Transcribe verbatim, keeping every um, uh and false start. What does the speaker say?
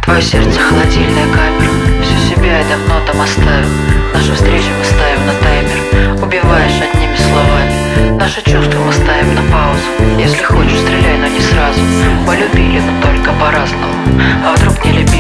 Твое сердце холодильная камера. Всю себя я давно там оставил. Нашу встречу мы ставим на таймер. Убиваешь одними словами. Наши чувства мы ставим на паузу. Если хочешь, стреляй, но не сразу. Мы любили, но только по-разному. А вдруг не любили?